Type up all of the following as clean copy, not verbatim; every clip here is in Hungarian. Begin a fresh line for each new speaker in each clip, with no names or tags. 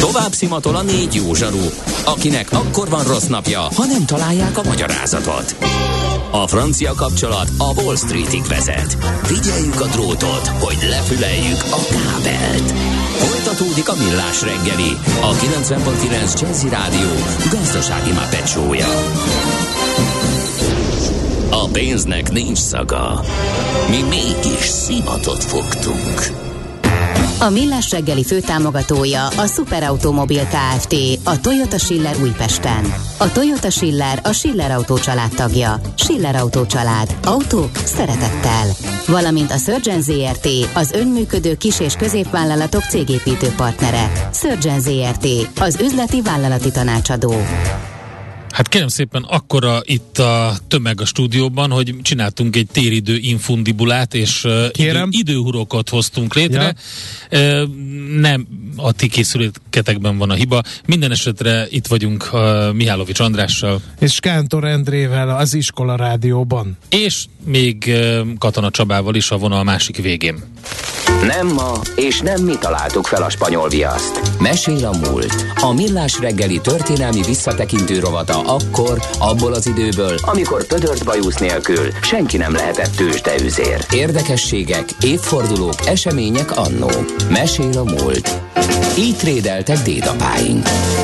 Tovább szimatol a 4 jó zsaru, akinek akkor van rossz napja, ha nem találják a magyarázatot. A francia kapcsolat a Wall Streetig vezet. Figyeljük a drótot, hogy lefüleljük a kábelt. Folytatódik a Millás reggeli, a 90.9 Jazzy Rádió gazdasági Muppet show-ja. A pénznek nincs szaga. Mi mégis szimatot fogtunk.
A Millás reggeli főtámogatója a Superautomobil Kft. A Toyota Schiller Újpesten. A Toyota Schiller a Schiller Autó család tagja. Schiller Autó család. Autók szeretettel. Valamint a Surgeon ZRT, az önműködő kis- és középvállalatok cégépítő partnere. Surgeon ZRT, az üzleti vállalati tanácsadó.
Hát kérem szépen, akkora itt a tömeg a stúdióban, hogy csináltunk egy téridő infundibulát, és időhurokat hoztunk létre. Ja. Nem a ti készüléketekben van a hiba. Minden esetre itt vagyunk Mihálovics Andrással.
És Kántor Endrével az Iskola Rádióban.
És még Katona Csabával is a vonal másik végén.
Nem ma, és nem mi találtuk fel a spanyol viaszt. Mesél a múlt. A Millás reggeli történelmi visszatekintő rovata akkor, abból az időből, amikor pödört bajusz nélkül senki nem lehetett tőzsdeüzér. Érdekességek, évfordulók, események annó. Mesél a múlt. Így trédeltek dédapáink.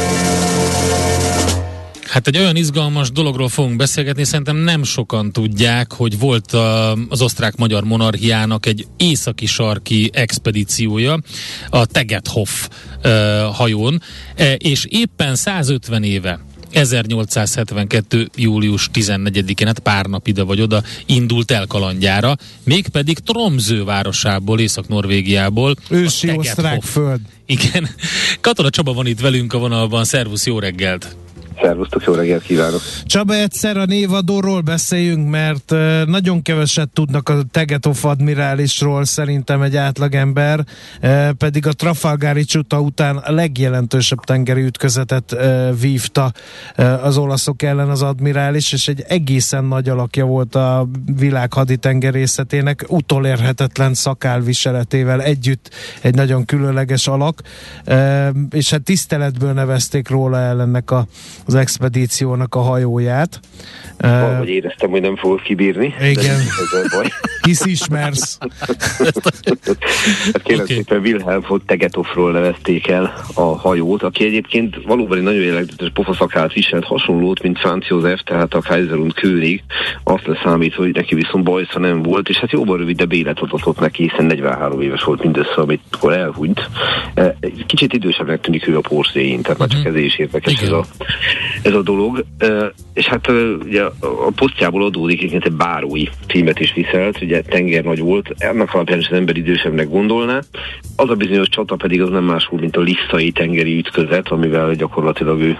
Hát egy olyan izgalmas dologról fogunk beszélgetni, szerintem nem sokan tudják, hogy volt az osztrák-magyar monarchiának egy északi sarki expedíciója a Tegethoff hajón, és éppen 150 éve 1872. július 14-én, hát pár nap ide vagy oda indult el kalandjára, mégpedig Tromsø városából, Észak-Norvégiából.
Ősi osztrák föld.
Igen. Katona Csaba van itt velünk a vonalban. Szervusz, jó reggelt!
Szervusztok, jó reggelt kívánok!
Csaba, egyszer a névadóról beszéljünk, mert nagyon keveset tudnak a Tegethoff admirálisról szerintem egy átlagember, pedig a Trafalgari csata után a legjelentősebb tengeri ütközetet vívta az olaszok ellen az admirális, és egy egészen nagy alakja volt a világ haditengerészetének, utolérhetetlen szakálviseletével együtt egy nagyon különleges alak, és hát tiszteletből nevezték róla el ennek az expedíciónak a hajóját.
Valahogy éreztem, hogy nem fogok kibírni.
Igen. Hisz ismersz.
Hát kérem szépen Wilhelm von Tegethoffról nevezték el a hajót, aki egyébként valóban egy nagyon jellegzetes pofaszakát viselt, hasonlót, mint Franz Josef, tehát a Kaiser und König. Azt leszámít, hogy neki viszont bajsza nem volt, és hát jóval rövidebb életet adott neki, hiszen 43 éves volt mindössze, amikor elhunyt. Kicsit idősebbnek tűnik ő a porszéjén, tehát már csak ezért is érdekes ez a dolog. És hát ugye a posztjából adódik, egyébként egy bárói címet is viselt, ugye tengernagy volt, ennek alapján is az ember idősebbnek gondolná. Az a bizonyos csata pedig az nem más volt, mint a Lisszai tengeri ütközet, amivel gyakorlatilag ő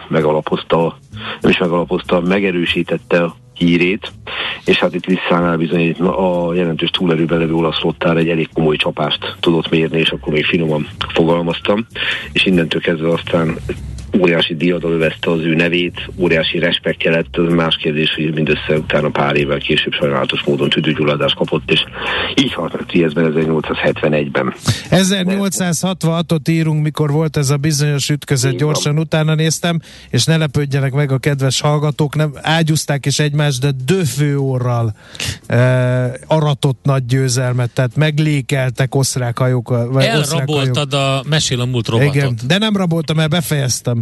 megerősítette a hírét, és hát itt Lisszánál bizony a jelentős túlerőben levő olasz flottára egy elég komoly csapást tudott mérni, és akkor még finoman fogalmaztam, és innentől kezdve aztán óriási diadal övezte az ő nevét, óriási respektje lett, az más kérdés, hogy mindössze utána pár évvel később sajnálatos módon tüdőgyulladást kapott, és így halt meg Trieszben 1871-ben.
1866-ot írunk, mikor volt ez a bizonyos ütközet, gyorsan utána néztem, és ne lepődjenek meg a kedves hallgatók, nem ágyúzták is egymást, de döfőorral aratott nagy győzelmet, tehát meglékeltek osztrák hajók.
Elraboltad a Mesél a múlt rovatot.
Igen, de nem raboltam el, befejeztem.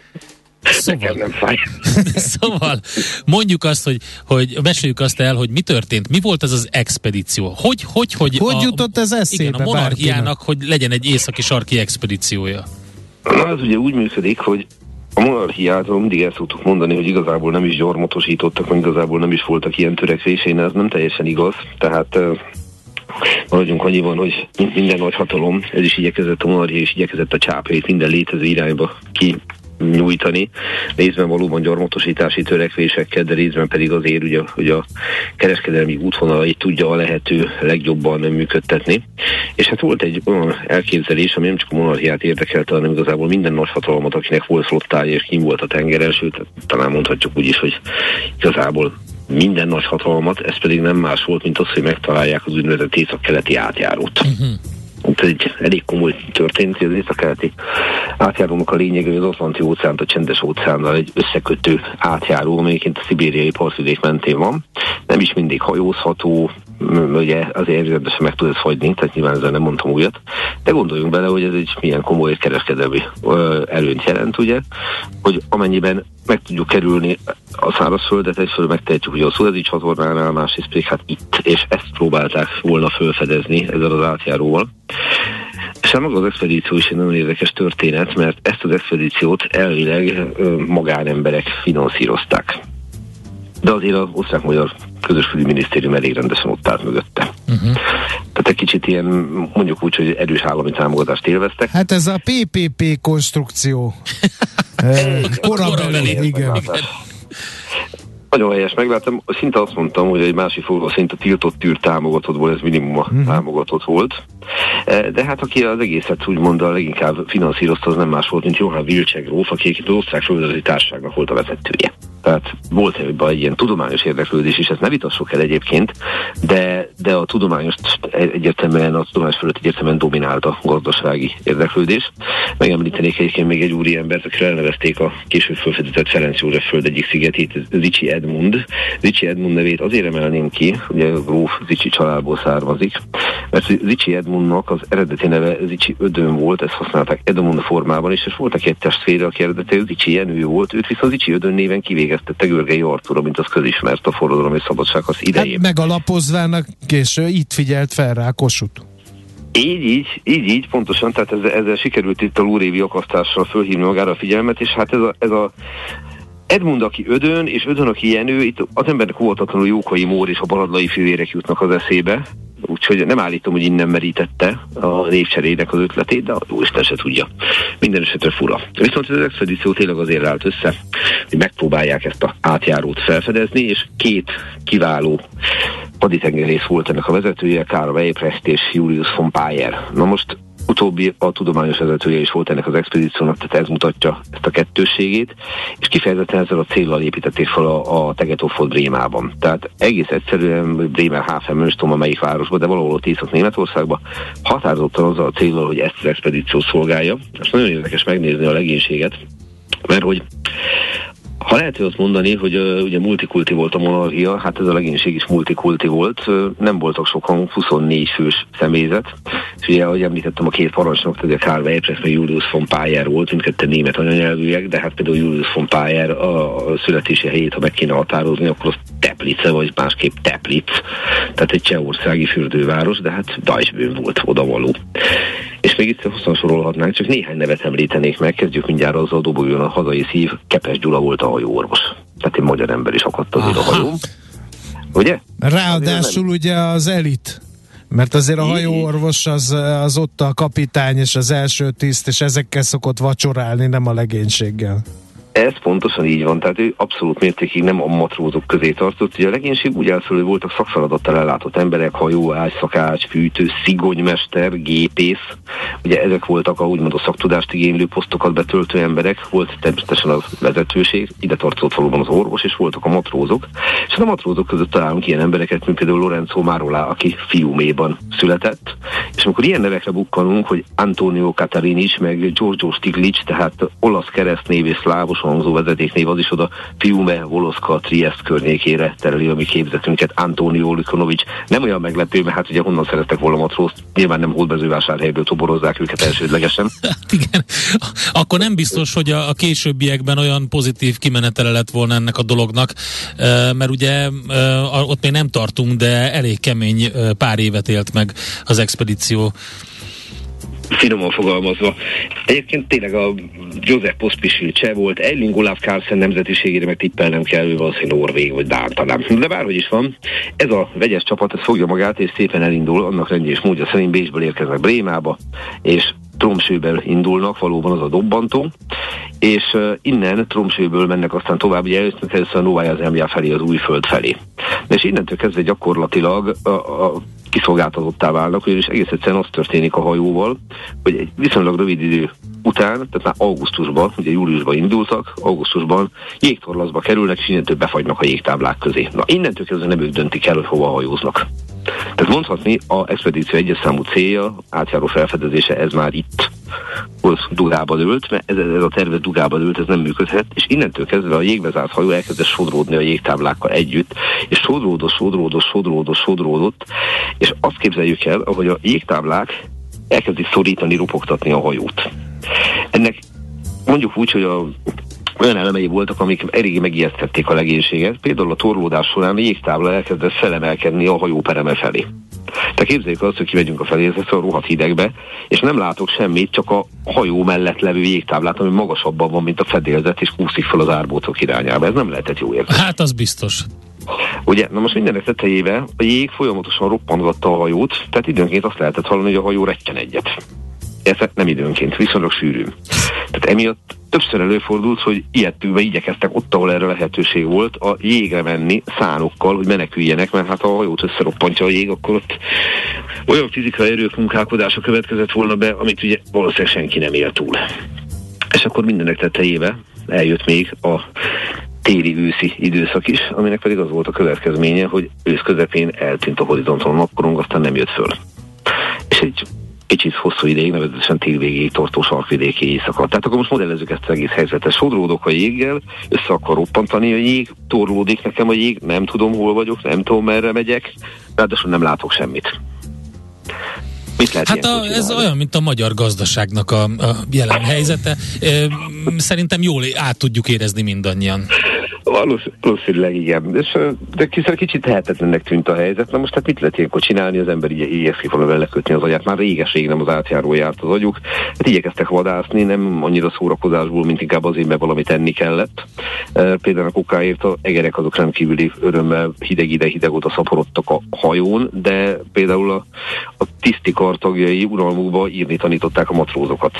Szóval mondjuk azt, hogy meséljük azt el, hogy mi történt, mi volt ez az expedíció? Hogy
jutott ez eszébe?
Igen, a monarchiának, hogy legyen egy északi sarki expedíciója.
Na, ez ugye úgy működik, hogy a monarchiától mindig el szoktuk mondani, hogy igazából nem is gyarmatosítottak, meg igazából nem is voltak ilyen törekvésén, ez nem teljesen igaz, tehát maradjunk annyiban, hogy minden nagy hatalom, ez is igyekezett, a monarchia is igyekezett a csápjait minden létező irányba nyújtani, részben valóban gyarmatosítási törekvésekkel, de részben pedig azért, ugye, hogy a kereskedelmi útvonalait tudja a lehető legjobban működtetni. És hát volt egy olyan elképzelés, ami nem csak a monarchiát érdekelte, hanem igazából minden nagyhatalmat, akinek volt flottája és kim volt a tengeren, sőt, talán mondhatjuk úgy is, hogy igazából minden nagyhatalmat, ez pedig nem más volt, mint az, hogy megtalálják az úgynevezett észak-keleti átjárót. Ez egy elég komoly történet, az északkeleti átjárónak a lényeg, hogy az Atlanti-óceánt a Csendes-óceánnal egy összekötő átjáró, amelyiként a szibériai partvidék mentén van. Nem is mindig hajózható, ugye azért érdemesen meg tud ezt hagyni, tehát nyilván ezzel nem mondtam újat, de gondoljunk bele, hogy ez egy milyen komoly kereskedelmi előnyt jelent, ugye, hogy amennyiben meg tudjuk kerülni a szárazföldet, egyfelől megtehetjük ugye a Szuezi csatornánál, másrészt pedig hát itt, és ezt próbálták volna felfedezni ezzel az átjáróval. És maga az expedíció is egy nagyon érdekes történet, mert ezt az expedíciót elvileg magánemberek finanszírozták. De azért az osztrák-magyar közös külügyminisztérium elég rendesen ott állt mögötte. Tehát egy kicsit ilyen, mondjuk úgy, hogy erős állami támogatást élveztek.
Hát ez a PPP konstrukció. Korabeli, igen.
Nagyon helyes megláttam, szinte azt mondtam, hogy egy másik fogalom szerint a tiltott űr támogatottból ez minimum támogatott volt. De hát aki az egészet úgymond a leginkább finanszírozta, az nem más volt, mint Johann Wilczek gróf, aki az osztrák földrajzi társaságnak volt a vezetője. Tehát volt ebben egy ilyen tudományos érdeklődés is, ezt ne vitassuk el egyébként, de a tudományos egyértelműen, a tudományos fölött egyértelműen dominált a gazdasági érdeklődés. Megemlítenék egyébként még egy úriembert, akire elnevezték a később felfedezett Ferenc József föld egyik szigetét, Zichy Edmund. Zichy Edmund nevét azért emelném ki, ugye a gróf Zichy családból származik, mert Zichy Edmundnak az eredeti neve Zichy Ödön volt, ezt használták Edmund formában is, és voltak egy testvére, aki eredetileg Zichy Jenő volt, őt viszont Zichy Ödön néven kivégeztette Görgei Artúra, mint az közismert a forradalom és szabadságharc idején. Hát
megalapozvának, és itt figyelt fel rá Kossuth.
Így, pontosan, tehát ezzel sikerült itt a lórévi akasztással fölhívni magára a figyelmet, és hát ez a Edmund, aki Ödön, és Ödön, aki Jenő, itt az embernek óvatatlanul Jókai Mór és a baradlai fivérek jutnak az eszébe, úgyhogy nem állítom, hogy innen merítette a névcserének az ötletét, de Úristen se tudja. Minden esetre fura. Viszont ez az expedíció tényleg azért állt össze, hogy megpróbálják ezt az átjárót felfedezni, és két kiváló haditengerész volt ennek a vezetője, Karl Weierprecht és Julius von Payer. Na most utóbbi a tudományos vezetője is volt ennek az expedíciónak, tehát ez mutatja ezt a kettősségét, és kifejezetten ezzel a céllal építették fel a Tegethoffot Brémában. Tehát egész egyszerűen Bremerhaven, nem is tudom a melyik városban, de valahol ott Észak-Németországban határozottan azzal a céllal, hogy ezt az expedíciót szolgálja. És nagyon érdekes megnézni a legénységet, mert hogy ha lehet azt mondani, hogy ugye multikulti volt a monarchia, hát ez a legénység is multikulti volt, nem voltak sokan, 24 fős személyzet, és ugye, ahogy említettem, a két parancsnok, tehát a Karl Weierprecht meg Julius von Payer volt, mindketten német anyanyelvűek, de hát például Julius von Payer a születési helyét, ha meg kéne határozni, akkor az Teplice, vagy másképp Teplitz, tehát egy csehországi fürdőváros, de hát Deutschbön volt odavaló. És még itt hosszan sorolhatnánk, csak néhány nevet említenék meg, kezdjük mindjárt azzal, dobogjon a hazai szív, Kepes Gyula volt a hajóorvos. Tehát egy magyar ember is akadt azért a hajó. Ugye?
Ráadásul ugye az elit. Mert azért a hajóorvos az ott a kapitány és az első tiszt, és ezekkel szokott vacsorálni, nem a legénységgel.
Ez pontosan így van, tehát ő abszolút mértékig nem a matrózok közé tartott. Ugye a legénység úgy állt fel, hogy voltak szakfeladattal ellátott emberek, hajó, ágyszakács, fűtő, szigonymester, gépész. Ugye ezek voltak a úgymond a szaktudást igénylő posztokat betöltő emberek, volt természetesen a vezetőség, ide tartozott valóban az orvos, és voltak a matrózok. És a matrózok között találunk ilyen embereket, mint például Lorenzo Marola, aki Fiuméban született. És amikor ilyen nevekre bukkanunk, hogy Antonio Catarinis, meg Giorgio Stiglitz, tehát olasz keresztnév és szlávos hangzó vezetéknév, az is oda Fiume, Voloszka, Trieste környékére tereli a mi képzetünket. Antonio Likonovics. Nem olyan meglepő, mert hát ugye honnan szerettek volna matrózt, nyilván nem Hódmezővásárhelyből toborozzák őket elsődlegesen.
Hát igen. Akkor nem biztos, hogy a későbbiekben olyan pozitív kimenetele lett volna ennek a dolognak, mert ugye ott még nem tartunk, de elég kemény pár évet élt meg az expedíció.
Finoman fogalmazva. Egyébként tényleg a József Pospisil cseh volt, Erling Olaf Carlsen nemzetiségére meg tippelnem kell, ő valószínűleg norvég vagy dán talán. De bárhogy is van, ez a vegyes csapat, ez fogja magát, és szépen elindul, annak rendje és módja szerint Bécsből érkeznek Brémába, és Tromsőből indulnak, valóban az a dobbantó, és innen Tromsőből mennek aztán tovább, ugye először a Novaja Zemlja felé, az Újföld felé. És innentől kezdve gyakorlatilag kiszolgáltatottá válnak, ugyanis egész egyszerűen az történik a hajóval, hogy egy viszonylag rövid idő után, tehát már augusztusban, ugye júliusban indultak, augusztusban jégtorlaszba kerülnek, és innentől befagynak a jégtáblák közé. Na, innentől kezdve nem ők döntik el, hogy hova hajóznak. Tehát mondhatni, a expedíció egyes számú célja, átjáró felfedezése, ez már itt dugába dőlt, mert ez a tervezet dugába dőlt, ez nem működhet, és innentől kezdve a jégbe zárt hajó elkezdett sodródni a jégtáblákkal együtt, és sodródott, és azt képzeljük el, ahogy a jégtáblák elkezdik szorítani, ropogtatni a hajót. Ennek mondjuk úgy, hogy olyan elemei voltak, amik eléggé megijesztették a legénységet. Például a torlódás során a jégtábla elkezdett felemelkedni a hajó pereme felé. Tehát képzeljük azt, hogy kimegyünk a felérzetről a rohadt hidegbe, és nem látok semmit, csak a hajó mellett levő jégtáblát, ami magasabban van, mint a fedélzet, és kúszik fel az árbócok irányába. Ez nem lehetett jó érzés.
Hát az biztos.
Ugye, na most mindenek tetejébe a jég folyamatosan roppantgatta a hajót, tehát időnként azt lehetett hallani, hogy a hajó rettyen egyet. Ez nem időnként, viszonylag sűrű. Tehát emiatt többször előfordult, hogy ilyettőbe igyekeztek ott, ahol erre lehetőség volt, a jégre menni szánokkal, hogy meneküljenek, mert hát ha a hajót összeroppantja a jég, akkor ott olyan fizikai erők munkálkodása következett volna be, amit ugye valószínűleg senki nem él túl. És akkor mindenek tetejébe eljött még a téli-őszi időszak is, aminek pedig az volt a következménye, hogy ősz közepén eltűnt a horizonton a napkorong, aztán nem jött föl. És egy kicsit hosszú ideig, nevezetesen tél végéig tartó sarkvidéki éjszaka. Tehát akkor most modellezzük ezt az egész helyzetet. Sodródok a jéggel, össze akar roppantani a jég, torlódik nekem a jég, nem tudom, hol vagyok, nem tudom, merre megyek, ráadásul nem látok semmit.
Hát ez olyan, mint a magyar gazdaságnak a jelen helyzete. Szerintem jól át tudjuk érezni mindannyian.
Valószínűleg igen. De kicsit tehetetlennek tűnt a helyzet. Na most hát mit lehet ilyenkor csinálni? Az ember így igyekszik volna lekötni az agyát. Már réges-rég nem az átjáró járt az agyuk. Hát igyekeztek vadászni, nem annyira szórakozásból, mint inkább azért, mert valamit enni kellett. Például a kokáért az egerek azok rendkívüli örömmel hideg oda szaporodtak a hajón, de például a tiszti kartagjai uralmukba írni tanították a matrózokat.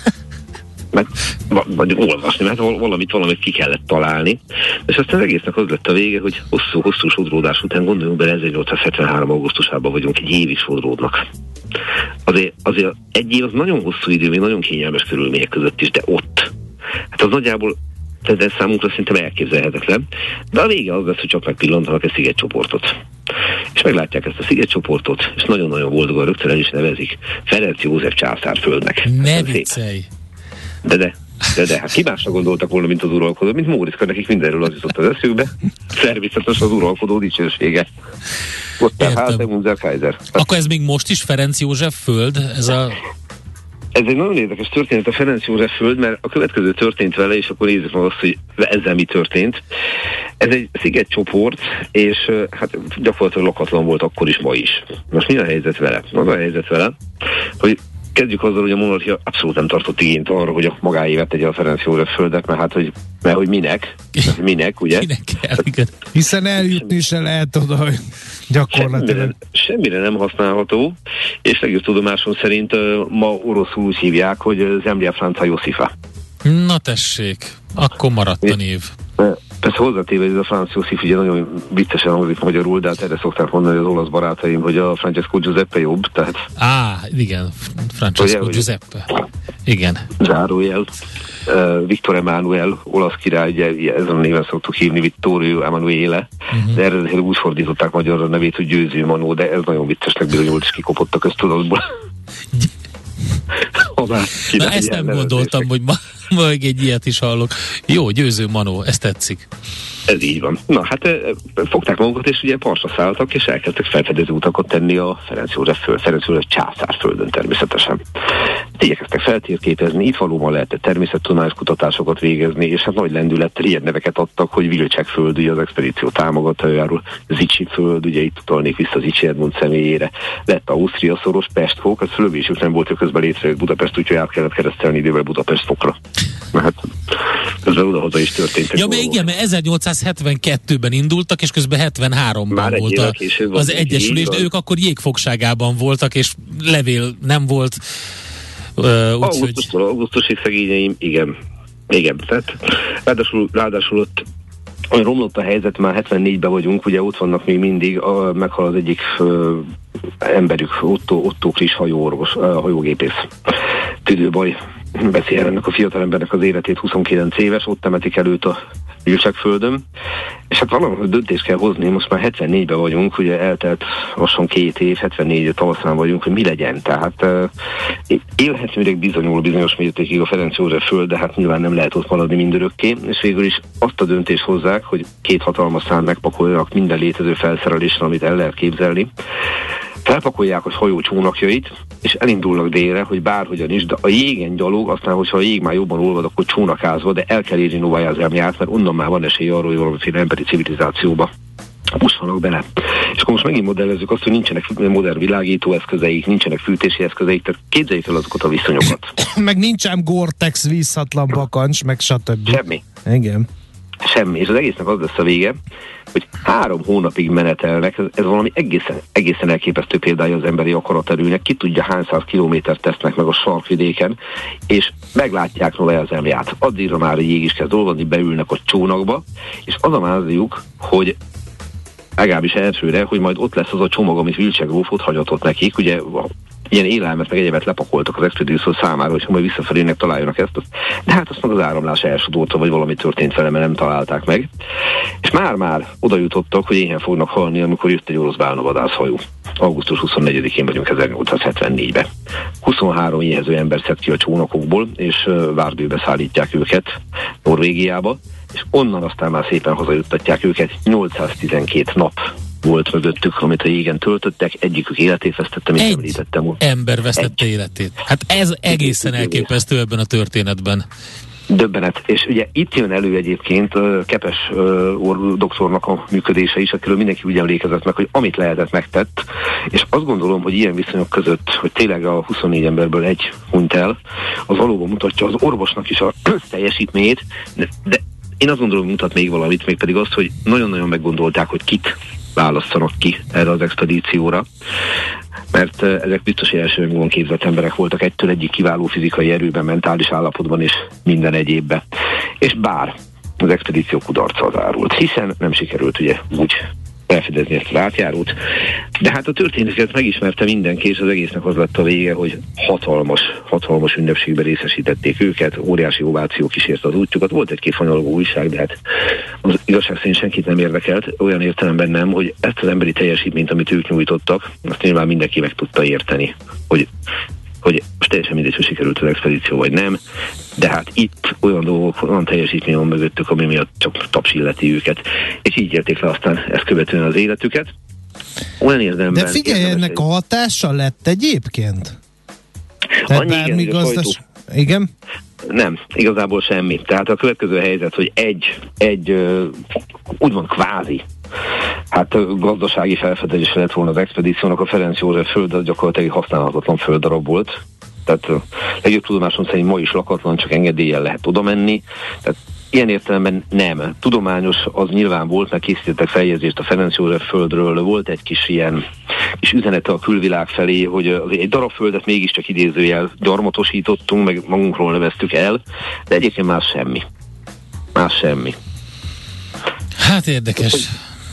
Vagy olvasni, mert valamit ki kellett találni. És aztán az egésznek az lett a vége, hogy hosszú sodródás után, gondoljunk bele, 1873. augusztusában vagyunk, egy évig sodródnak. Azért egy év az nagyon hosszú idő, még nagyon kényelmes körülmények között is, de ott. Hát az nagyjából, tehát ez számunkra szerintem elképzelhetetlen, de a vége az lesz, hogy csak megpillantanak egy szigetcsoportot. És meglátják ezt a szigetcsoportot, és nagyon-nagyon boldogan rögtön el is nevezik Ferenc József császárföldnek.
Ne viccelj!
De, hát ki másra gondoltak volna, mint az uralkodó, mint Móriczka, nekik mindenről az jutott az eszükbe. Természetesen az uralkodó dicsősége. Ott hát, unser Kaiser.
Akkor ez még most is Ferenc József föld?
Ez egy nagyon érdekes történet a Ferenc József föld, mert a következő történt vele, és akkor nézzük meg azt, hogy ezzel mi történt. Ez egy szigetcsoport, és hát gyakorlatilag lakatlan volt akkor is, ma is. Most mi a helyzet vele? Az a helyzet vele, hogy kezdjük azzal, hogy a monarchia abszolút nem tartott igényt arra, hogy a magáévet tegye a Ferenc József földet, mert hogy minek, ugye?
Minek kell, igen.
Hiszen eljutni se lehet oda, hogy gyakorlatilag.
Semmire nem használható, és legjobb tudomásom szerint ma oroszul úgy hívják, hogy Zemlya Franca Josifa.
Na tessék, akkor maradt a név.
Persze hozzátéve, hogy ez a Franz Josif ugye nagyon viccesen hangzik magyarul, de hát erre szokták mondani az olasz barátaim, hogy a Francesco Giuseppe jobb, tehát...
Igen, Francesco Giuseppe. Igen.
Zárójel. Viktor Emanuel, olasz király, ugye ezen a néven szoktuk hívni, Vittorio Emanuele, de erre úgy fordították magyarra a nevét, hogy Győző Manó, de ez nagyon viccesnek bizonyult, és kikopott a köztudatból.
Na ezt nem gondoltam, hogy majd egy ilyet is hallok. Jó, Győző Manó, ez tetszik.
Ez így van. Na hát fogták magukat, és ugye partra szálltak, és elkezdtek felfedező utakat tenni a Ferenc József császárföldön természetesen. Igyekeztek feltérképezni, itt valóban lehetett természettudományos kutatásokat végezni, és hát nagy lendülettel ilyen neveket adtak, hogy Vilcsek föld, ugye az expedíció támogatójáról, Zicsi föld, ugye itt utalnék vissza Zicsi Edmund személyére, lett Ausztria szoros, Pestfok, az fölövésük nem volt, hogy közben létrejött Budapest, úgyhogy át kellett keresztelni idővel Budapest fokra. Hát közben oda-haza is történtek.
Ja, igen, mert 1872-ben indultak, és közben 73-ban volt az egyesülés, de ők akkor jégfogságában voltak, és levél nem volt.
Augusztusig szegényeim, igen. Tehát ráadásul ott romlott a helyzet, már 74-ben vagyunk, ugye ott vannak még mindig, meghal az egyik emberük, Otto Kris hajógépész. Tüdőbaj beszél ennek a fiatalembernek az életét, 29 éves, ott temetik előtt a Vilcsekföldön, és hát valahol döntést kell hozni, most már 74-ben vagyunk, ugye eltelt lassan 2 év, 74 tavaszán vagyunk, hogy mi legyen, tehát élhetőnek bizonyul bizonyos mértékig a Ferenc József föld, de hát nyilván nem lehet ott maradni mindörökké, és végül is azt a döntést hozzák, hogy 2 hatalmas szán megpakoljanak minden létező felszereléssel, amit el lehet képzelni, felpakolják a hajó csónakjait, és elindulnak délre, hogy bárhogyan is, de a jégen gyalog, aztán, hogyha a jég már jobban olvad, akkor csónakázva, de el kell érni Novaja Zemlját, mert onnan már van esély arról, hogy valamiféle emberi civilizációba bussanak bele. És akkor most megint modellezzük azt, hogy nincsenek modern világító eszközeik, nincsenek fűtési eszközeik, tehát képzeljük el azokat a viszonyokat.
Meg nincsen Gore-Tex vízhatlan bakancs, meg stb.
Semmi.
Igen.
Semmi. És az egésznek az lesz a vége, hogy 3 hónapig menetelnek, ez valami egészen elképesztő példája az emberi akaraterőnek, ki tudja hány 100 kilométert tesznek meg a sarkvidéken, és meglátják Novaja Zemlját. Addigra már a jég is kezd olvadni, beülnek a csónakba, és az a máziuk, hogy legalábbis elsőre, hogy majd ott lesz az a csomag, amit Vilcsek gróf ott hagyatott nekik, ugye ilyen élelmet, meg egyebet lepakoltak az expedíció számára, hogyha majd visszafelének találjanak ezt, de hát azt meg az áramlás elsodorta, vagy valami történt vele, mert nem találták meg. És már oda jutottak, hogy éhen fognak halni, amikor jött egy orosz bálnavadászhajó. Augusztus 24-én vagyunk 1874-ben. 23 éhező ember szed ki a csónakokból, és Várdőbe szállítják őket Norvégiába, és onnan aztán már szépen hazajuttatják őket. 812 nap volt mögöttük, amit a jégen töltöttek, egyikük életét vesztette, mint említettem.
Ember vesztette életét. Hát ez egészen elképesztő ebben a történetben.
Döbbenet. És ugye itt jön elő egyébként Kepes doktornak a működése is, akiről mindenki úgy emlékezett meg, hogy amit lehetett megtett, és azt gondolom, hogy ilyen viszonyok között, hogy tényleg a 24 emberből egy hunyt el, az valóban mutatja az orvosnak is a teljesítményét, de én azt gondolom, hogy mutat még valamit, mégpedig azt, hogy nagyon-nagyon meggondolták, hogy kit választanak ki erre az expedícióra, mert ezek biztos, hogy elsősorban képzett emberek voltak, egyik kiváló fizikai erőben, mentális állapotban és minden egyébben. És bár az expedíció kudarccal zárult, hiszen nem sikerült ugye úgy felfedezni ezt az átjárót, de hát a történeteket megismerte mindenki, és az egésznek az lett a vége, hogy hatalmas ünnepségben részesítették őket, óriási ováció kísérte az útjukat, volt egy-két fanyalogó újság, de hát az igazság szerint senkit nem érdekelt, olyan értelemben nem, hogy ezt az emberi teljesítményt, amit ők nyújtottak, azt nyilván mindenki meg tudta érteni, hogy most teljesen mindegy, hogy sikerült az expedíció, vagy nem, de hát itt olyan dolgok, olyan teljesítmény van mögöttük, ami miatt csak taps illeti őket, és így élték le aztán ezt követően az életüket. Olyan érdelemben...
De figyelj, ennek a hatása lett egyébként? Tehát igen?
Nem, igazából semmi. Tehát a következő helyzet, hogy egy úgymond kvázi gazdasági felfedezés lett volna az expedíciónak, a Ferenc József föld az gyakorlatilag egy használhatatlan földdarab volt. Tehát legjobb tudomásom szerint ma is lakatlan, csak engedéllyel lehet oda menni. Tehát ilyen értelemben nem. Tudományos az nyilván volt, mert készítettek feljegyzést a Ferenc József földről, volt egy kis ilyen kis üzenete a külvilág felé, hogy egy darab földet mégiscsak idézőjel gyarmatosítottunk, meg magunkról neveztük el, de egyébként más semmi.
Hát érdekes.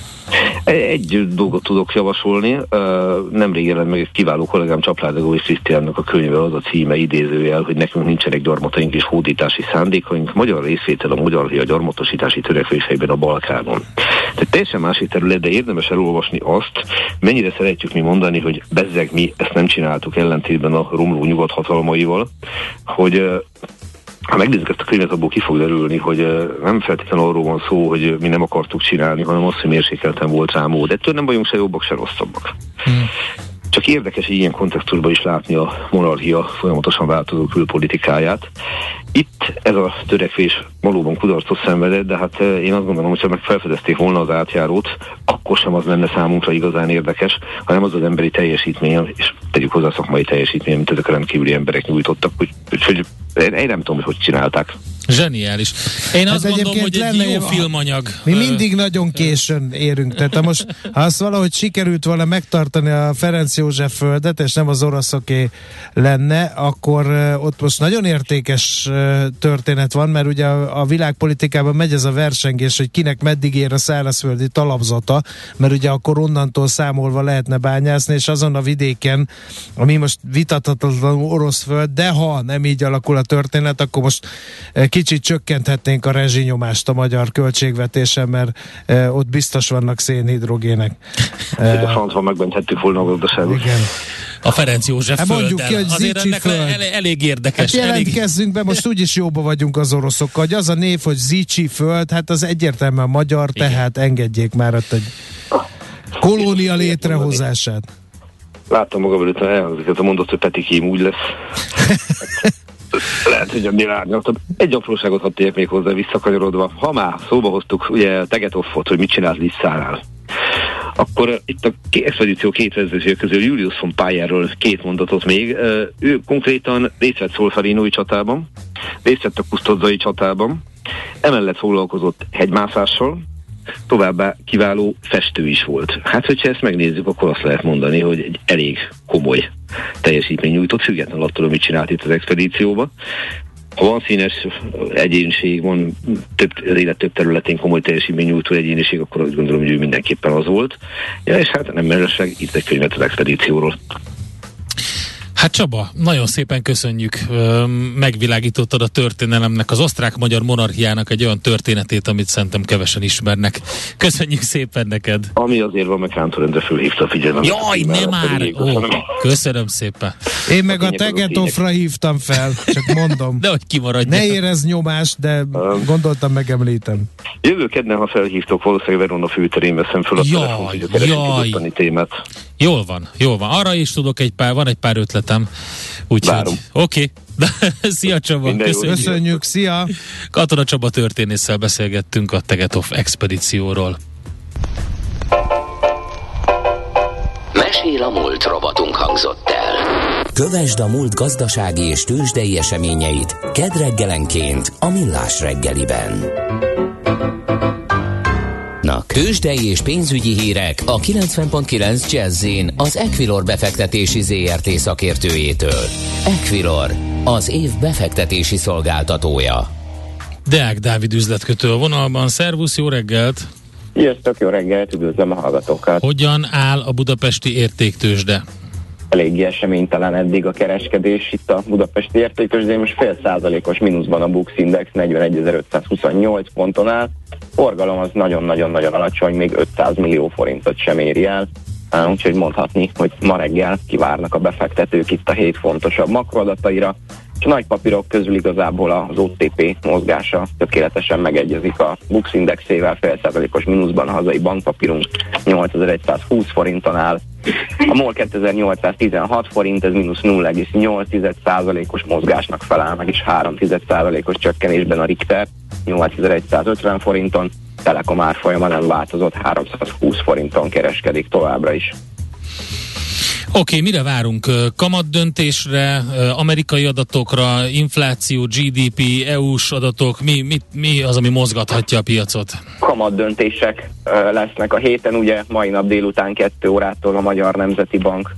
Egy dolgot tudok javasolni, nemrég jelent meg egy kiváló kollégám Csaplárdegói Krisztiánnak a könyve, az a címe idézőjel, hogy nekünk nincsenek gyarmataink és hódítási szándékaink, magyar részvétel a monarchia gyarmatosítási törekvéseiben a Balkánon. Tehát teljesen másik terület, de érdemes elolvasni azt, mennyire szeretjük mi mondani, hogy bezzeg mi ezt nem csináltuk ellentétben a romló nyugat hatalmaival, hogy ha megnézzük ezt a könyvet, abból ki fog derülni, hogy nem feltétlenül arról van szó, hogy mi nem akartuk csinálni, hanem azt, hogy mérsékelten volt rá mód. Ettől nem vagyunk se jobbak, se rosszabbak. Csak érdekes ilyen kontextusban is látni a monarchia folyamatosan változó külpolitikáját. Itt ez a törekvés valóban kudarcot szenvedett, de hát én azt gondolom, hogy ha meg felfedezték volna az átjárót, akkor sem az lenne számunkra igazán érdekes, hanem az az emberi teljesítmény, és tegyük hozzá szakmai teljesítmény, mint ezek a rendkívüli emberek nyújtottak, hogy én nem tudom, hogy csinálták.
Zseniális. Én azt gondolom, hogy egy jó filmanyag.
Mi mindig nagyon későn érünk. Tehát ha azt valahogy sikerült volna megtartani a Ferenc József földet, és nem az oroszoké lenne, akkor ott most nagyon értékes történet van, mert ugye a világpolitikában megy ez a versengés, hogy kinek meddig ér a szárazföldi talapzata, mert ugye akkor onnantól számolva lehetne bányászni, és azon a vidéken, ami most vitathatatlanul orosz föld, de ha nem így alakul a történet, akkor most kicsit csökkenthetnénk a rezsinyomást a magyar költségvetésen, mert ott biztos vannak szénhidrogének.
A francban megmenthettük volna a gazdaságot.
Igen.
A Ferenc József
mondjuk ki, hogy
azért ennek elég érdekes.
Hát jelentkezzünk be, most úgyis jóba vagyunk az oroszokkal, hogy az a név, hogy Zicsi föld, hát az egyértelműen magyar, igen. Tehát engedjék már ott egy kolónia létrehozását.
Láttam magam előtt, elhangzik, a mondat, hogy Petikém úgy lesz. Lehet, hogy ennél árnyaltabb. Egy apróságot hadd tegyek még hozzá visszakanyarodva. Ha már szóba hoztuk ugye a Tegetoffot, hogy mit csinált Lisszánál, akkor itt a expedíció két vezetője közül Julius von Payerről két mondatot még. Ő konkrétan részt vett Solferino-i csatában, részt vett a Kusztodzai csatában, emellett foglalkozott hegymászással, továbbá kiváló festő is volt. Hát, hogyha ezt megnézzük, akkor azt lehet mondani, hogy egy elég komoly teljesítmény nyújtott, függetlenül attól, hogy mit csinált itt az expedícióban. Ha van színes egyéniség, van az élet több területén komoly teljesítmény nyújtó egyéniség, akkor úgy gondolom, hogy ő mindenképpen az volt. Ja, és hát nem mellesleg itt egy könyvet az expedícióról.
Hát Csaba, nagyon szépen köszönjük, megvilágítottad a történelemnek, az osztrák-magyar monarchiának egy olyan történetét, amit szerintem kevesen ismernek. Köszönjük szépen neked!
Ami azért van, meg Kántorendre fölhívta a figyelmet.
Jaj, nem már! Köszönöm szépen!
Én meg a Tegetoffra hívtam fel, csak mondom.
De hogy kimaradjál.
Ne érezz nyomást, de gondoltam megemlítem.
Jövő kedden, ha felhívtok, valószínűleg Verona főterén veszem föl a telefont, hogy a keresik az témát.
Jól van. Arra is tudok van egy pár ötletem. Úgyhogy, oké. Szia Csaba,
köszönjük, szia!
Katona Csaba történésszel beszélgettünk a Tegetoff expedícióról.
Mesél a múlt robotunk hangzott el. Kövesd a múlt gazdasági és tőzsdei eseményeit kedd reggelenként a Millás reggeliben. Tőzsdei és pénzügyi hírek a 90.9 Jazz-in az Equilor befektetési ZRT szakértőjétől. Equilor, az év befektetési szolgáltatója.
Deák Dávid üzletkötő a vonalban. Szervusz, jó reggelt!
Sziasztok, jó reggelt, üdvözlöm a hallgatókat!
Hogyan áll a budapesti értéktőzsde?
Eléggé eseménytelen eddig a kereskedés itt a budapesti értéktőzsdén, most 0,5%-os mínuszban a Bux Index 41.528 ponton áll. Forgalom az nagyon-nagyon-nagyon alacsony, még 500 millió forintot sem éri el. Úgyhogy mondhatni, hogy ma reggel kivárnak a befektetők itt a hét fontosabb makroadataira, és a nagy papírok közül igazából az OTP mozgása tökéletesen megegyezik a Bux Indexével, 0,5%-os mínuszban a hazai bankpapírunk 8120 forinton áll. A MOL 2816 forint, ez mínusz 0,8%-os mozgásnak felel meg, és 3%-os csökkenésben a Richter 8150 forinton, Telekom árfolyama nem változott, 320 forinton kereskedik továbbra is.
Oké, mire várunk? Kamatdöntésre, amerikai adatokra, infláció, GDP, EU-s adatok, mi az, ami mozgathatja a piacot?
Kamatdöntések lesznek a héten, ugye mai nap délután 2 órától a Magyar Nemzeti Bank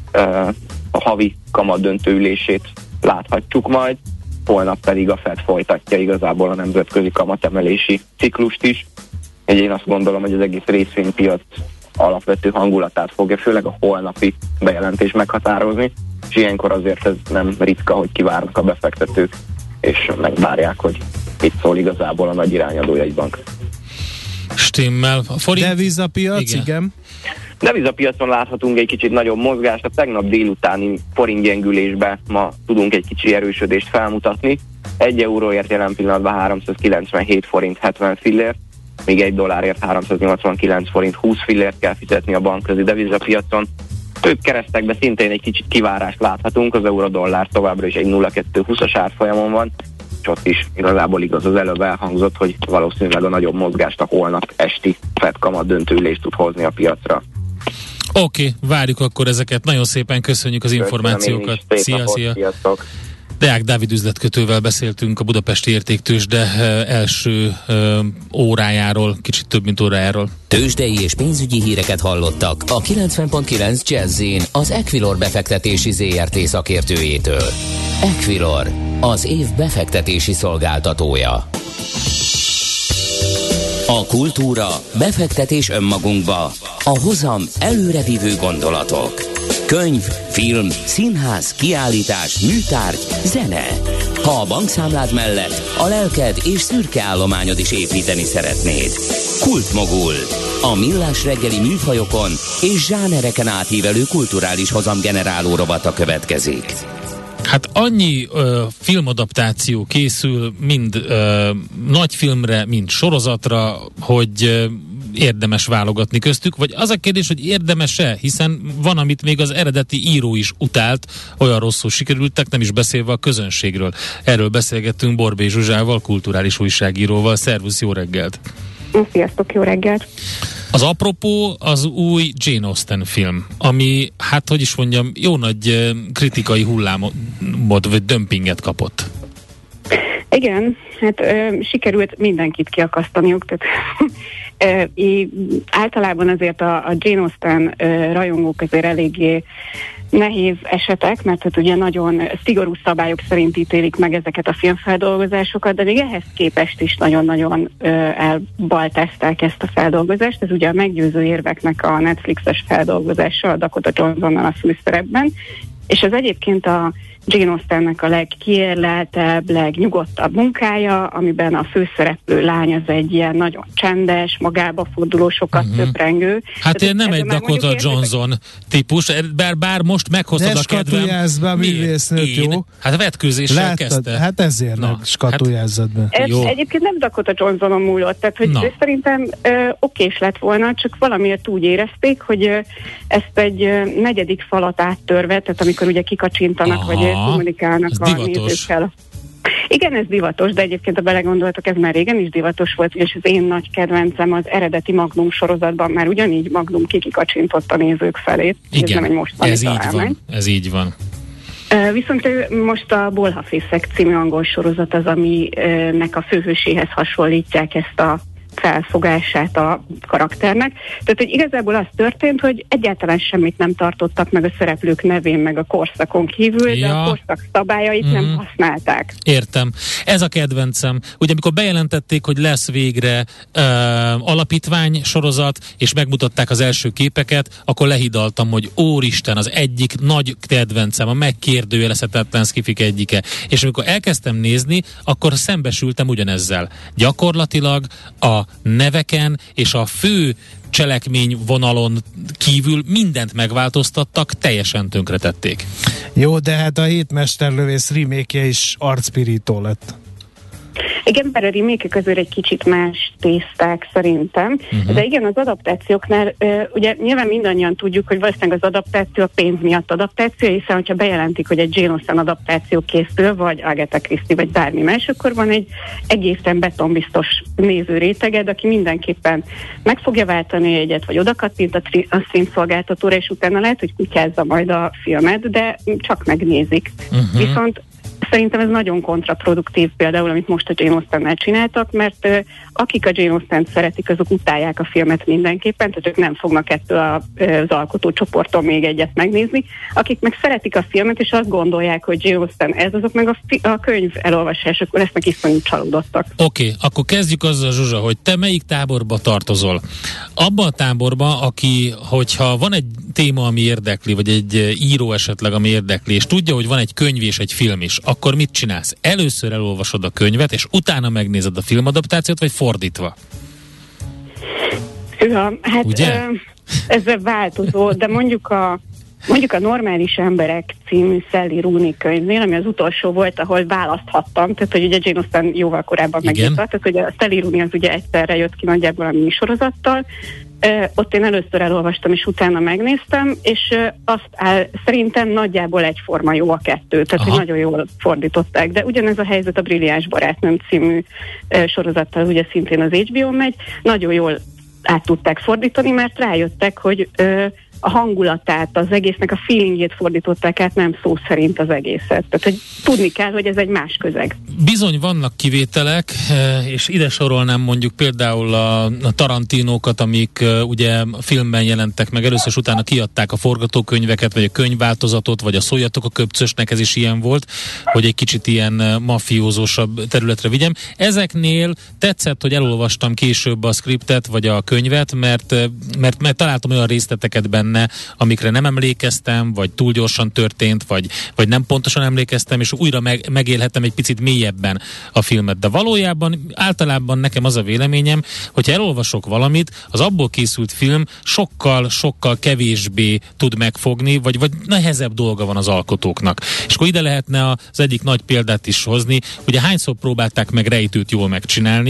a havi kamatdöntő ülését láthatjuk majd, holnap pedig a FED folytatja igazából a nemzetközi kamatemelési ciklust is. Én azt gondolom, hogy az egész részvénypiac alapvető hangulatát fogja főleg a holnapi bejelentés meghatározni, és ilyenkor azért ez nem ritka, hogy kivárnak a befektetők, és megvárják, hogy itt szól igazából a nagy irányadója egy bank.
Stimmel. A forint...
Devizapiac, igen.
Devizapiacon láthatunk egy kicsit nagyobb mozgást, a tegnap délutáni forintgyengülésben ma tudunk egy kicsi erősödést felmutatni. 1 euróért jelen pillanatban 397 forint 70 fillért, még $1 389 forint 20 fillért kell fizetni a bankközi devizapiacon. Több keresztekben szintén egy kicsit kivárást láthatunk, az euró-dollár továbbra is egy 0,220-as árfolyamon van, és ott is igazából igaz az előbb elhangzott, hogy valószínűleg a nagyobb mozgást a holnap esti FED kamat döntőülést tud hozni a piacra.
Oké, várjuk akkor ezeket. Nagyon szépen köszönjük az információkat. Szia!
Sziasztok!
Deák Dávid üzletkötővel beszéltünk a budapesti értéktőzsde első órájáról, kicsit több mint órájáról.
Tőzsdei és pénzügyi híreket hallottak a 90.9 Jazz-in az Equilor befektetési ZRT szakértőjétől. Equilor, az év befektetési szolgáltatója. A kultúra, befektetés önmagunkba, a hozam előrevívő gondolatok. Könyv, film, színház, kiállítás, műtárgy, zene. Ha a bankszámlád mellett a lelked és szürke állományod is építeni szeretnéd. Kultmogul. A millás reggeli műfajokon és zsánereken átívelő kulturális hozamgeneráló rovata következik.
Hát annyi filmadaptáció készül, mind nagy filmre, mind sorozatra, hogy érdemes válogatni köztük, vagy az a kérdés, hogy érdemes-e, hiszen van, amit még az eredeti író is utált, olyan rosszul sikerültek, nem is beszélve a közönségről. Erről beszélgettünk Borbély Zsuzsával, kulturális újságíróval. Szervusz, jó reggelt!
Sziasztok, jó reggelt!
Az apropó az új Jane Austen film, ami, hát hogy is mondjam, jó nagy kritikai hullámot vagy dömpinget kapott.
Igen, hát sikerült mindenkit kiakasztaniuk, tehát általában azért a Jane Austen rajongók azért eléggé nehéz esetek, mert hát ugye nagyon szigorú szabályok szerint ítélik meg ezeket a filmfeldolgozásokat, de még ehhez képest is nagyon-nagyon elbaltázták ezt a feldolgozást. Ez ugye a Meggyőző érveknek a Netflixes feldolgozása, a Dakota Johnsonnal a főszerepben, és ez egyébként a Jane Austennek a legkiérleltebb, legnyugodtabb munkája, amiben a főszereplő lány az egy ilyen nagyon csendes, magába forduló, sokat töprengő.
Hát én nem egy Dakota Johnson típus, bár most meghoztad a kedvem.
Ne skatujázzd be a művésznőt, jó?
Hát vetkőzéssel kezdte.
Hát ezért skatujázzad be.
Egyébként nem Dakota Johnsonon múlott, tehát hogy szerintem okés lett volna, csak valamiért úgy érezték, hogy ezt egy negyedik falat áttörve, tehát amikor ugye kikacsintanak, vagy kommunikálnak a nézőkkel. Igen, ez divatos, de egyébként, ha belegondoltok, ez már régen is divatos volt, és az én nagy kedvencem az eredeti Magnum sorozatban már ugyanígy Magnum kikacsintott a nézők felé.
Igen,
ez nem egy mostani találmány.
Ez így van.
Viszont most a Bolhafészek című angol sorozat az, aminek a főhőséhez hasonlítják ezt a felfogását a karakternek. Tehát, hogy igazából az történt, hogy egyáltalán semmit nem tartottak meg a szereplők nevén, meg a korszakon kívül, de a korszak szabályait nem használták.
Értem. Ez a kedvencem. Ugye amikor bejelentették, hogy lesz végre alapítvány sorozat, és megmutatták az első képeket, akkor lehidaltam, hogy úristen, az egyik nagy kedvencem, a megkérdőjelezhetetlen szkifik egyike. És amikor elkezdtem nézni, akkor szembesültem ugyanezzel. Gyakorlatilag a neveken és a fő cselekményvonalon kívül mindent megváltoztattak, teljesen tönkretették.
Jó, de hát a Hétmesterlövész remake-je is arcpirító lett.
Igen, bár a remake-ek azért egy kicsit más tészták szerintem, de igen, az adaptációknál ugye nyilván mindannyian tudjuk, hogy valószínűleg az adaptáció a pénz miatt adaptáció, hiszen hogyha bejelentik, hogy egy Jane Austen adaptáció készül, vagy Agatha Christie, vagy bármi más, akkor van egy egészen betonbiztos nézőréteged, aki mindenképpen meg fogja váltani egyet, vagy odakattint a streamszolgáltatóra, és utána lehet, hogy kutyázza majd a filmet, de csak megnézik. Viszont szerintem ez nagyon kontraproduktív például, amit most a Jane Austennel csináltak, mert akik a Jane Austent szeretik, azok utálják a filmet mindenképpen, tehát ők nem fognak ettől az alkotócsoporton még egyet megnézni. Akik meg szeretik a filmet, és azt gondolják, hogy Jane Austen ez, azok meg a könyv elolvasásakor lesznek iszonyú csalódottak.
Oké, akkor kezdjük azzal, Zsuzsa, hogy te melyik táborba tartozol? Abban a táborban, aki, hogyha van egy téma, ami érdekli, vagy egy író esetleg, ami érdekli, és tudja, hogy van egy könyv és egy film is, akkor mit csinálsz? Először elolvasod a könyvet, és utána megnézed a filmadaptációt, vagy fordítva?
Hát ez változó, de mondjuk a Normális emberek című Sally Rooney könyvnél, ami az utolsó volt, ahol választhattam, tehát hogy ugye Jane Austen jóval korábban megírta, tehát hogy a Sally Rooney az ugye egyszerre jött ki nagyjából a minisorozattal, ott én először elolvastam, és utána megnéztem, és szerintem nagyjából egyforma jó a kettő, tehát hogy nagyon jól fordították, de ugyanez a helyzet a Brilliáns barátnőm című sorozattal, ugye szintén az HBO megy, nagyon jól át tudták fordítani, mert rájöttek, hogy a hangulatát, az egésznek a feelingjét fordították át, nem szó szerint az egészet. Tehát, hogy tudni kell, hogy ez egy más közeg.
Bizony vannak kivételek, és ide sorolnám mondjuk például a Tarantinókat, amik ugye filmben jelentek meg, először és utána kiadták a forgatókönyveket, vagy a könyvváltozatot, vagy a Szóljatok a köpcösnek, ez is ilyen volt, hogy egy kicsit ilyen mafiózósabb területre vigyem. Ezeknél tetszett, hogy elolvastam később a scriptet, vagy a könyvet, mert találtam olyan részleteket benne, amikre nem emlékeztem, vagy túl gyorsan történt, vagy nem pontosan emlékeztem, és újra megélhettem egy picit mélyebben a filmet. De valójában általában nekem az a véleményem, hogyha elolvasok valamit, az abból készült film sokkal kevésbé tud megfogni, vagy nehezebb dolga van az alkotóknak. És akkor ide lehetne az egyik nagy példát is hozni, ugye hányszor próbálták meg Rejtőt jól megcsinálni,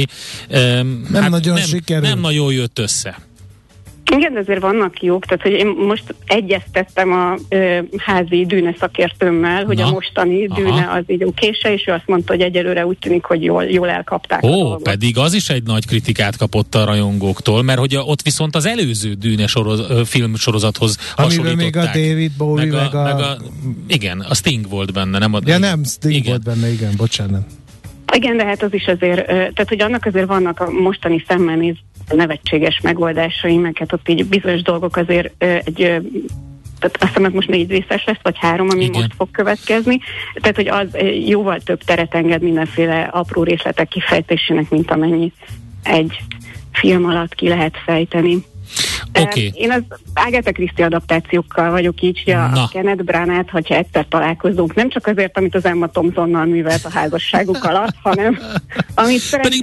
nem nagyon jött össze.
Igen, de azért vannak jók, tehát hogy én most egyeztettem a házi Dűne szakértőmmel, hogy a mostani Dűne az így okése, és ő azt mondta, hogy egyelőre úgy tűnik, hogy jól elkapták a dolgot.
Pedig az is egy nagy kritikát kapott a rajongóktól, mert hogy ott viszont az előző Dűne filmsorozathoz hasonlították.
Amiről még a David Bowie,
igen, a Sting volt benne, nem a...
Ja nem, Sting volt benne, igen, bocsánat.
Igen, de hát az is azért, tehát hogy annak azért vannak a mostani szemmel néz nevetséges megoldásai, meg hát ott így bizonyos dolgok azért tehát azt hiszem, ez most 4 részes lesz, vagy 3, ami most fog következni. Tehát, hogy az jóval több teret enged mindenféle apró részletek kifejtésének, mint amennyi egy film alatt ki lehet fejteni.
Okay.
Én az Agatha Christie adaptációkkal vagyok így, hogy a Kenneth Branagh, hogyha egyszer találkozunk, nem csak azért, amit az Emma Thompsonnal művelt a házasságuk alatt, hanem amit
pedig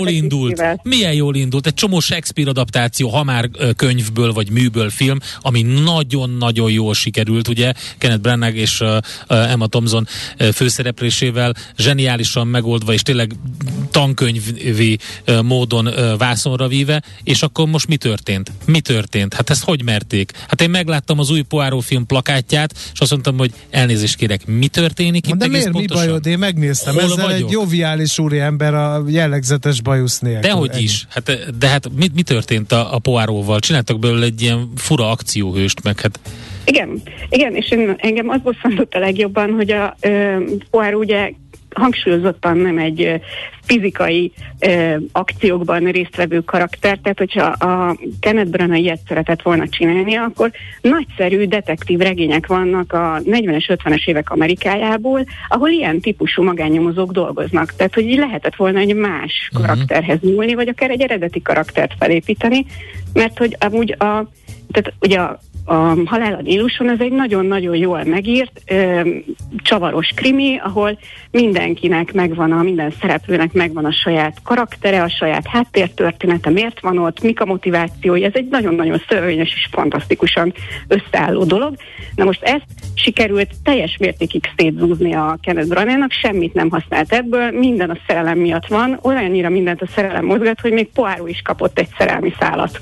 milyen jól indult. Egy csomó Shakespeare adaptáció, ha már könyvből vagy műből film, ami nagyon-nagyon jól sikerült, ugye Kenneth Branagh és Emma Thompson főszereplésével zseniálisan megoldva, és tényleg tankönyvi módon vászonra víve, és akkor most mi történt? Hát ezt hogy merték? Hát én megláttam az új Poirot film plakátját, és azt mondtam, hogy elnézést kérek, mi történik itt?
De miért pontosan? Mi bajod? Én megnéztem. Ezzel egy joviális úriember a jellegzetes bajusz nélkül.
Dehogy is. De hát mi történt a Poirotval? Csináltak belőle egy ilyen fura akcióhőst, meg hát...
Igen, és engem az bosszantott a legjobban, hogy a Poirot ugye hangsúlyozottan nem egy fizikai akciókban résztvevő karakter, tehát hogyha a Kenneth Branagh ilyet szeretett volna csinálni, akkor nagyszerű detektív regények vannak a 40-es, 50-es évek Amerikájából, ahol ilyen típusú magánnyomozók dolgoznak. Tehát, hogy lehetett volna egy más karakterhez nyúlni, vagy akár egy eredeti karaktert felépíteni, mert hogy amúgy tehát ugye a Halál a Níluson ez egy nagyon-nagyon jól megírt, csavaros krimi, ahol mindenkinek minden szereplőnek megvan a saját karaktere, a saját háttértörténete, miért van ott, mik a motivációi, ez egy nagyon-nagyon szörvényes és fantasztikusan összeálló dolog. Na most ezt sikerült teljes mértékig szétzúzni a Kenneth Branaghnak, semmit nem használt ebből, minden a szerelem miatt van, olyannyira mindent a szerelem mozgat, hogy még Poirot is kapott egy szerelmi szálat.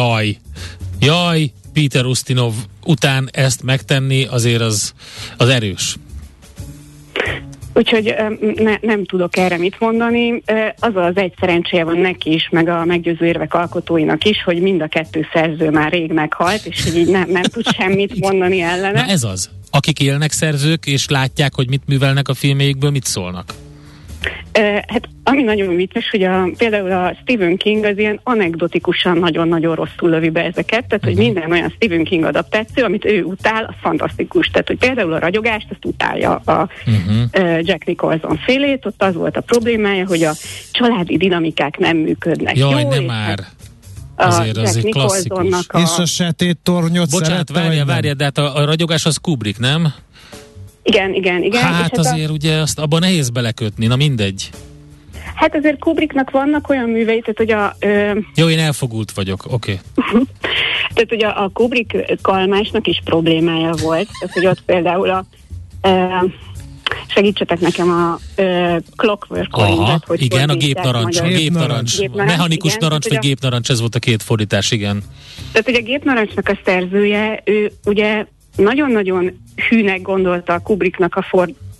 Jaj! Peter Ustinov után ezt megtenni azért az erős.
Úgyhogy nem tudok erre mit mondani. Az egy szerencséje van neki is, meg a meggyőző érvek alkotóinak is, hogy mind a 2 szerző már rég meghalt, és hogy így nem tud semmit mondani ellene.
Na ez az. Akik élnek szerzők, és látják, hogy mit művelnek a filmjeikből, mit szólnak?
Hát ami nagyon vicces, hogy például a Stephen King az ilyen anekdotikusan nagyon-nagyon rosszul lövi be ezeket, tehát hogy minden olyan Stephen King adaptáció, amit ő utál, az fantasztikus. Tehát, hogy például a Ragyogást, azt utálja a Jack Nicholson félét, ott az volt a problémája, hogy a családi dinamikák nem működnek.
Jaj, nem már! Azért az egy klasszikus.
És a Sötét Tornyot
bocsánat, várjál, de hát a Ragyogás az Kubrick, nem?
Igen.
Hát azért ugye azt abban nehéz belekötni, na mindegy.
Hát azért Kubricknak vannak olyan művei, tehát hogy
Jó, én elfogult vagyok, oké.
Tehát ugye a Kubrick kalmásnak is problémája volt, tehát hogy ott például segítsetek nekem a Clockwork Orange-et, hogy
igen, a gépnarancs. Mechanikus igen, narancs vagy gépnarancs, ez volt a 2 fordítás, igen.
Tehát ugye a gépnarancsnak a szerzője, ő ugye nagyon-nagyon hűnek gondolta a Kubricknak a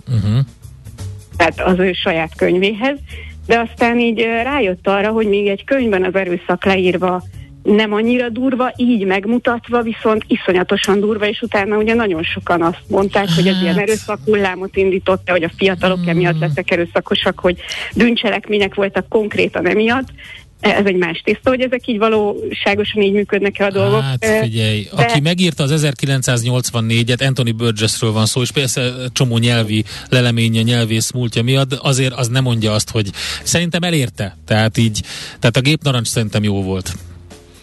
tehát az ő saját könyvéhez, de aztán így rájött arra, hogy még egy könyvben az erőszak leírva nem annyira durva, így megmutatva, viszont iszonyatosan durva, és utána ugye nagyon sokan azt mondták, hogy ez ilyen erőszak hullámot indította, hogy a fiatalok emiatt lettek erőszakosak, hogy bűncselekmények voltak konkrétan emiatt. Ez egy más tészta, hogy ezek így valóságosan így működnek-e a dolgok.
Hát figyelj, aki megírta az 1984-et, Anthony Burgessről van szó, és persze csomó nyelvi leleménye, nyelvész múltja miatt, azért az nem mondja azt, hogy szerintem elérte. Tehát a gépnarancs szerintem jó volt.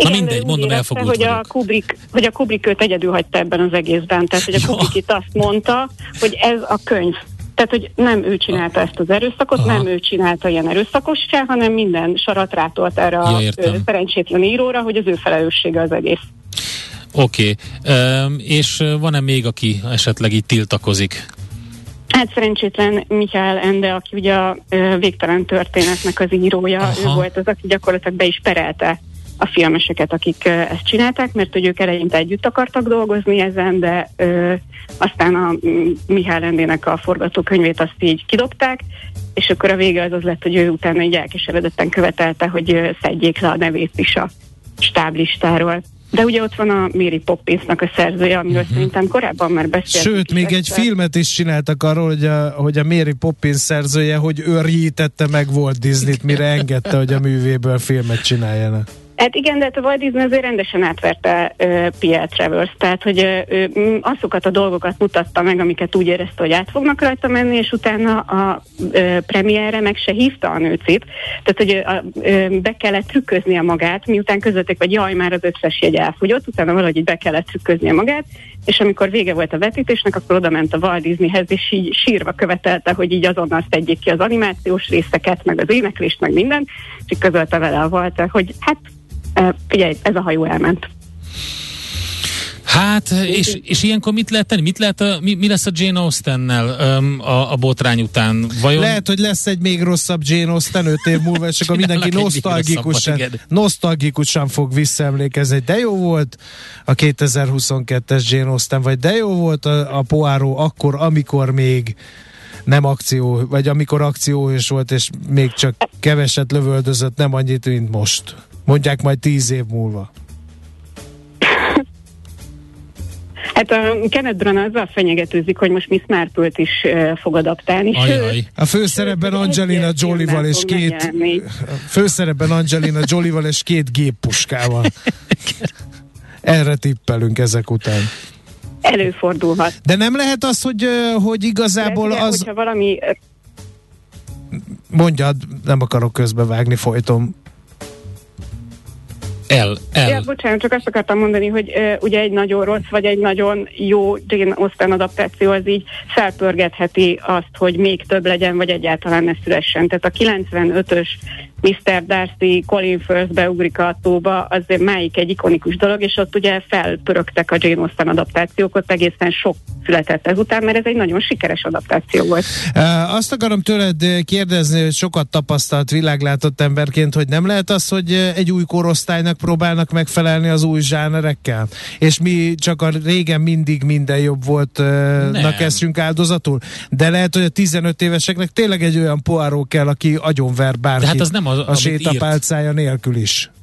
Na mindegy, mondom, elfogult
hogy a Kubrick őt egyedül hagyta ebben az egészben. Tehát, hogy a Kubrick itt azt mondta, hogy ez a könyv. Tehát, hogy nem ő csinálta ezt az erőszakot, nem ő csinálta ilyen erőszakossá, hanem minden sarat rátolt erre a szerencsétlen íróra, hogy az ő felelőssége az egész.
Oké. És van-e még, aki esetleg itt tiltakozik?
Hát szerencsétlen Michael Ende, aki ugye a Végtelen történetnek az írója, ő volt az, aki gyakorlatilag be is perelte a filmeseket, akik ezt csinálták, mert hogy ők eleinte együtt akartak dolgozni ezen, de aztán a Michael Endének a forgatókönyvét azt így kidobták, és akkor a vége az lett, hogy ő utána így elkeseredetten követelte, hogy szedjék le a nevét is a stáblistáról. De ugye ott van a Mary Poppinsnak a szerzője, amiről szerintem korábban már beszéltünk.
Sőt, még egy filmet is csináltak arról, hogy a Mary Poppins szerzője, hogy őrjítette meg Walt Disneyt, mire engedte, hogy a művéből filmet csináljanak.
Hát igen, de a Walt Disney azért rendesen átverte P.L. Travers, tehát hogy azokat a dolgokat mutatta meg, amiket úgy érezte, hogy át fognak rajta menni, és utána a premierre meg se hívta a nőcit, tehát hogy be kellett trükköznie magát, miután közötték, vagy jaj, már az összes jegy elfogyott, utána valahogy így be kellett trükköznie magát, és amikor vége volt a vetítésnek, akkor oda ment a Walt Disneyhez, és így sírva követelte, hogy így azonnal szedjék ki az animációs részeket, meg az éneklést, meg minden, és közölte vele a Walter, hogy hát figyelj, ez a hajó elment.
Hát, és ilyenkor mit lehet tenni? Mi lesz a Jane Austennel a botrány után? Vajon?
Lehet, hogy lesz egy még rosszabb Jane Austen 5 év múlva, és akkor mindenki nosztalgikusan fog visszaemlékezni. De jó volt a 2022-es Jane Austen, vagy de jó volt a Poirot akkor, amikor még nem akció, vagy amikor akció is volt, és még csak keveset lövöldözött, nem annyit, mint most. Mondják majd 10 év múlva.
Hát a Kenneth Branagh azzal fenyegetőzik, hogy most Miss Marple-t is fog adaptálni.
A főszerepben Angelina Jolie-val és két géppuskával. Erre tippelünk ezek után.
Előfordulhat.
De nem lehet az, hogy igazából
de,
az...
Hogyha valami...
Mondjad, nem akarok közbevágni, folyton.
Ja, bocsánat, csak azt akartam mondani, hogy ugye egy nagyon rossz, vagy egy nagyon jó Jane Austen adaptáció az így felpörgetheti azt, hogy még több legyen, vagy egyáltalán ne szülessen. Tehát a 95-ös Mr. Darcy, Colin Firth beugrik a tóba, az máig egy ikonikus dolog, és ott ugye felpörögtek a Jane Austen adaptációk, ott egészen sok született ezután, mert ez egy nagyon sikeres adaptáció volt.
Azt akarom tőled kérdezni, hogy sokat tapasztalt, világlátott emberként, hogy nem lehet az, hogy egy új korosztálynak próbálnak megfelelni az új zsánerekkel? És mi csak a régen mindig minden jobb voltnak eszünk áldozatul? De lehet, hogy a 15 éveseknek tényleg egy olyan Poirot kell, aki agyonver bárkit.
De hát az nem
a sétapálcája nélkül is.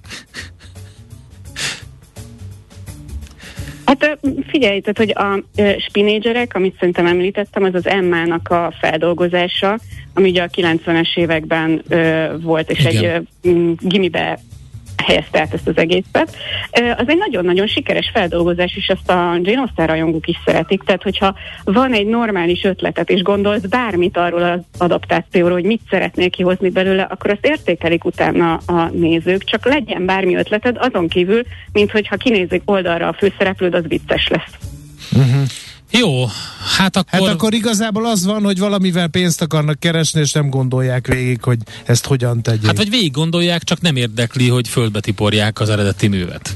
Hát figyelj, tehát, hogy a Spinnégerek, amit szerintem említettem, az az Emmának a feldolgozása, ami ugye a 90-es években volt, és egy gimibe helyezte át ezt az egészet. Az egy nagyon-nagyon sikeres feldolgozás, és ezt a Jane Austen rajongók is szeretik, tehát hogyha van egy normális ötletet, és gondolsz bármit arról az adaptációról, hogy mit szeretnél kihozni belőle, akkor azt értékelik utána a nézők, csak legyen bármi ötleted, azon kívül, mint hogyha kinézik oldalra a főszereplőd, az vicces lesz.
Jó, hát
akkor igazából az van, hogy valamivel pénzt akarnak keresni, és nem gondolják végig, hogy ezt hogyan tegyék.
Hát vagy végig gondolják, csak nem érdekli, hogy földbe tiporják az eredeti művet.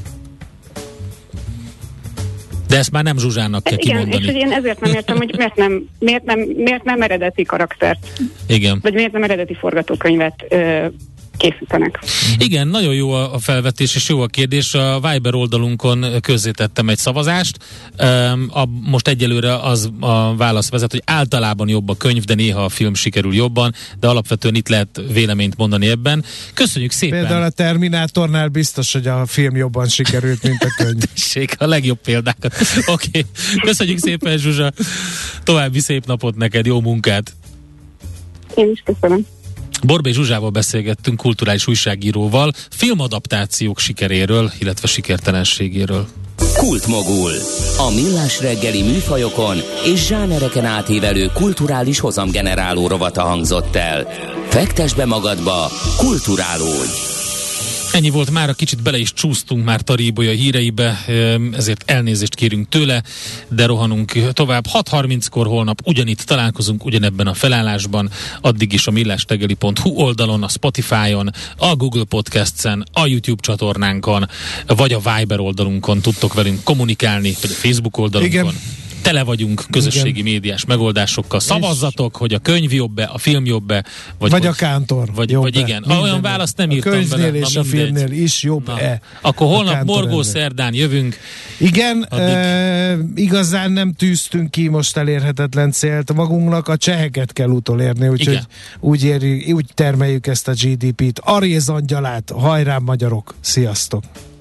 De ezt már nem Zsuzsának kell kimondani.
Igen, és én ezért nem értem, hogy miért nem eredeti karaktert.
Igen.
Vagy miért nem eredeti forgatókönyvet készítenek.
Igen, nagyon jó a felvetés, és jó a kérdés. A Viber oldalunkon közzétettem egy szavazást. Most egyelőre az a válasz vezet, hogy általában jobb a könyv, de néha a film sikerül jobban, de alapvetően itt lehet véleményt mondani ebben. Köszönjük szépen!
Például a Terminátornál biztos, hogy a film jobban sikerült, mint a könyv.
Tessék, a legjobb példákat. Oké. Köszönjük szépen, Zsuzsa! További szép napot neked, jó munkát!
Én is köszönöm.
Borbély Zsuzsával beszélgettünk, kulturális újságíróval, filmadaptációk sikeréről, illetve sikertelenségéről.
Kultmogul. A millás reggeli műfajokon és zsánereken átívelő kulturális hozamgeneráló rovata hangzott el. Fektesd be magadba, kulturálódj!
Ennyi volt már, kicsit bele is csúsztunk már Taríbolya híreibe, ezért elnézést kérünk tőle, de rohanunk tovább. 6:30-kor holnap ugyanitt találkozunk, ugyanebben a felállásban, addig is a millásreggeli.hu oldalon, a Spotify-on, a Google Podcasts-en, a YouTube csatornánkon, vagy a Viber oldalunkon tudtok velünk kommunikálni, vagy a Facebook oldalunkon. Igen. Tele vagyunk közösségi médiás megoldásokkal. Szavazzatok, hogy a könyv jobb-e, a film jobb-e, vagy
a kántor
vagy igen. Olyan választ nem írtam bele.
A könyvnél és a filmnél is jobb-e.
Akkor holnap morgó szerdán jövünk.
Igen, igazán nem tűztünk ki most elérhetetlen célt magunknak, a cseheket kell utolérni, úgyhogy úgy termeljük ezt a GDP-t. A rézangyalát, hajrá magyarok, sziasztok!